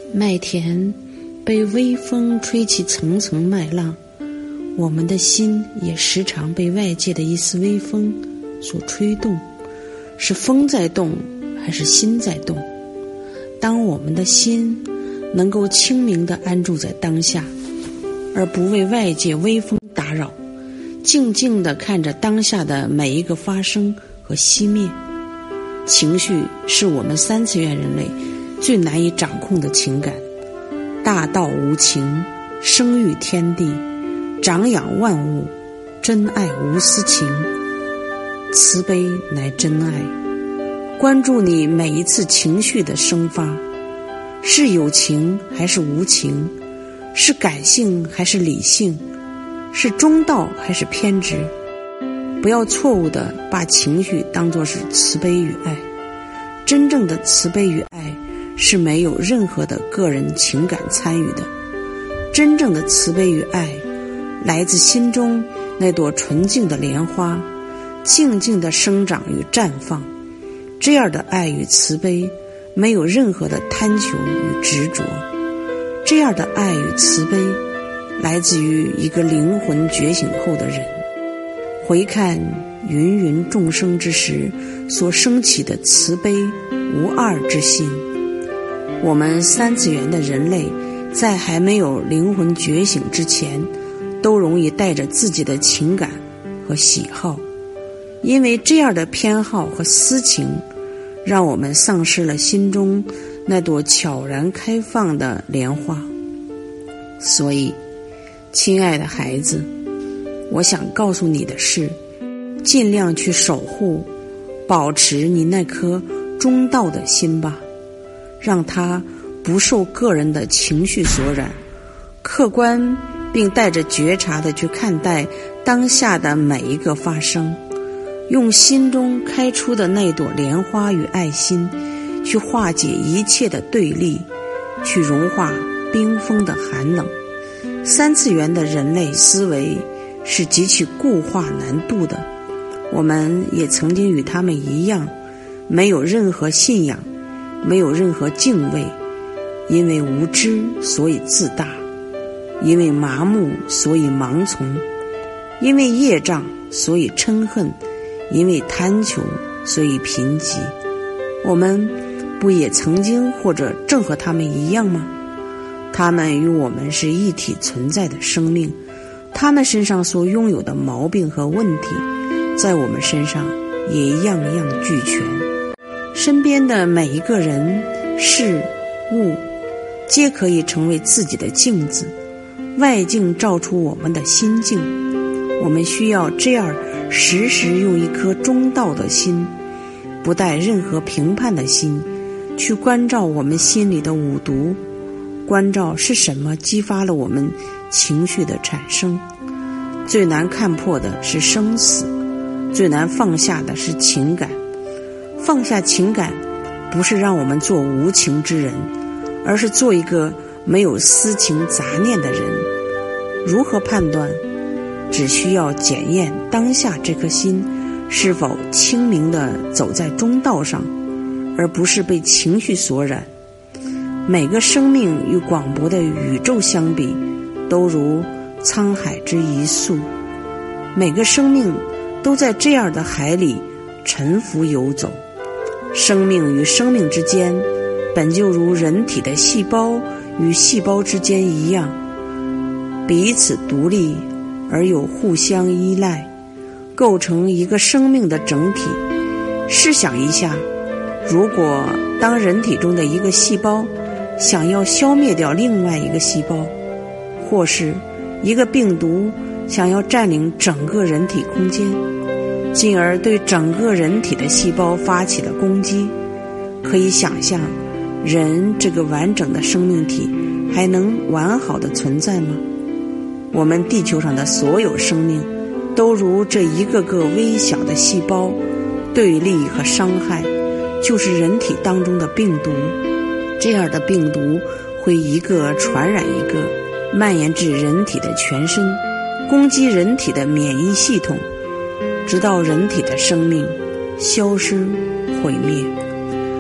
麦田被微风吹起层层麦浪，我们的心也时常被外界的一丝微风所吹动，是风在动，还是心在动？当我们的心能够清明地安住在当下，而不为外界微风打扰，静静地看着当下的每一个发生和熄灭。情绪是我们三次元人类最难以掌控的情感，大道无情，生育天地，长养万物，真爱无私情，慈悲乃真爱。关注你每一次情绪的生发，是有情还是无情，是感性还是理性，是中道还是偏执。不要错误地把情绪当作是慈悲与爱，真正的慈悲与爱是没有任何的个人情感参与的。真正的慈悲与爱来自心中那朵纯净的莲花，静静地生长与绽放。这样的爱与慈悲没有任何的贪求与执着，这样的爱与慈悲来自于一个灵魂觉醒后的人。回看芸芸众生之时所升起的慈悲无二之心，我们三次元的人类在还没有灵魂觉醒之前，都容易带着自己的情感和喜好，因为这样的偏好和私情，让我们丧失了心中那朵悄然开放的莲花。所以，亲爱的孩子，我想告诉你的是，尽量去守护、保持你那颗中道的心吧，让它不受个人的情绪所染，客观并带着觉察地去看待当下的每一个发生，用心中开出的那朵莲花与爱心去化解一切的对立，去融化冰封的寒冷。三次元的人类思维是极其固化难度的，我们也曾经与他们一样，没有任何信仰，没有任何敬畏，因为无知所以自大，因为麻木所以盲从，因为业障所以嗔恨，因为贪求所以贫瘠。我们不也曾经或者正和他们一样吗？他们与我们是一体存在的生命，他们身上所拥有的毛病和问题，在我们身上也样样俱全。身边的每一个人、事、物，皆可以成为自己的镜子，外境照出我们的心境。我们需要这样时时用一颗中道的心，不带任何评判的心，去关照我们心里的五毒，关照是什么激发了我们情绪的产生。最难看破的是生死，最难放下的是情感。放下情感，不是让我们做无情之人，而是做一个没有私情杂念的人。如何判断？只需要检验当下这颗心是否清明地走在中道上，而不是被情绪所染。每个生命与广博的宇宙相比，都如沧海之一粟，每个生命都在这样的海里沉浮游走。生命与生命之间，本就如人体的细胞与细胞之间一样，彼此独立而又互相依赖，构成一个生命的整体。试想一下，如果当人体中的一个细胞想要消灭掉另外一个细胞，或是一个病毒想要占领整个人体空间，进而对整个人体的细胞发起了攻击，可以想象人这个完整的生命体还能完好的存在吗？我们地球上的所有生命都如这一个个微小的细胞，对立和伤害就是人体当中的病毒。这样的病毒会一个传染一个，蔓延至人体的全身，攻击人体的免疫系统，直到人体的生命消失毁灭。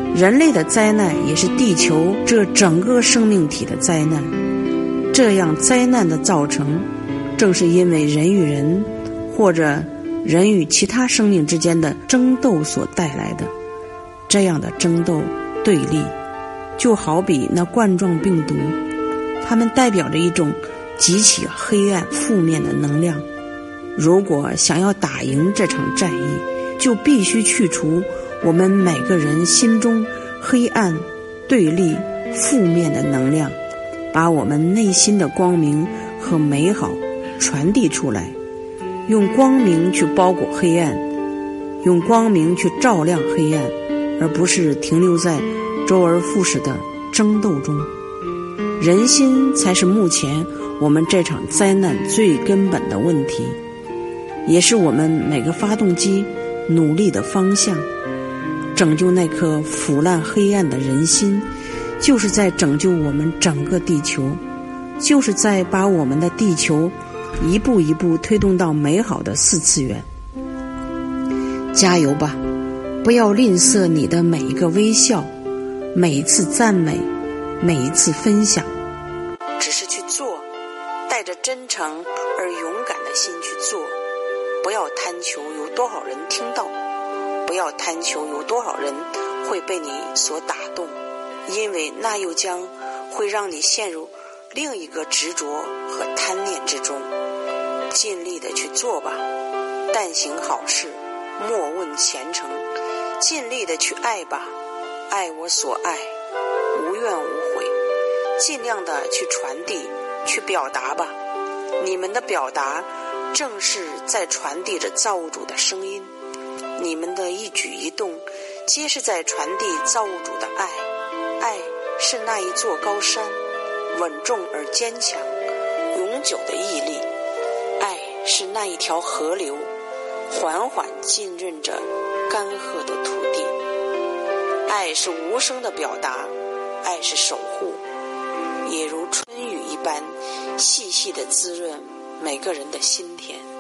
人类的灾难也是地球这整个生命体的灾难。这样灾难的造成，正是因为人与人或者人与其他生命之间的争斗所带来的。这样的争斗对立，就好比那冠状病毒，它们代表着一种极其黑暗负面的能量。如果想要打赢这场战役，就必须去除我们每个人心中黑暗、对立、负面的能量，把我们内心的光明和美好传递出来，用光明去包裹黑暗，用光明去照亮黑暗，而不是停留在周而复始的争斗中。人心才是目前我们这场灾难最根本的问题，也是我们每个发动机努力的方向。拯救那颗腐烂黑暗的人心，就是在拯救我们整个地球，就是在把我们的地球一步一步推动到美好的4次元。加油吧，不要吝啬你的每一个微笑，每一次赞美，每一次分享，只是去做，带着真诚而勇敢的心去做。不要贪求有多少人听到，不要贪求有多少人会被你所打动，因为那又将会让你陷入另一个执着和贪念之中。尽力的去做吧，但行好事，莫问前程。尽力的去爱吧，爱我所爱，无怨无悔。尽量的去传递，去表达吧。你们的表达正是在传递着造物主的声音，你们的一举一动皆是在传递造物主的爱。爱是那一座高山，稳重而坚强，永久的毅力。爱是那一条河流，缓缓浸润着干涸的土地。爱是无声的表达，爱是守护，也如春雨一般细细地滋润每个人的心田。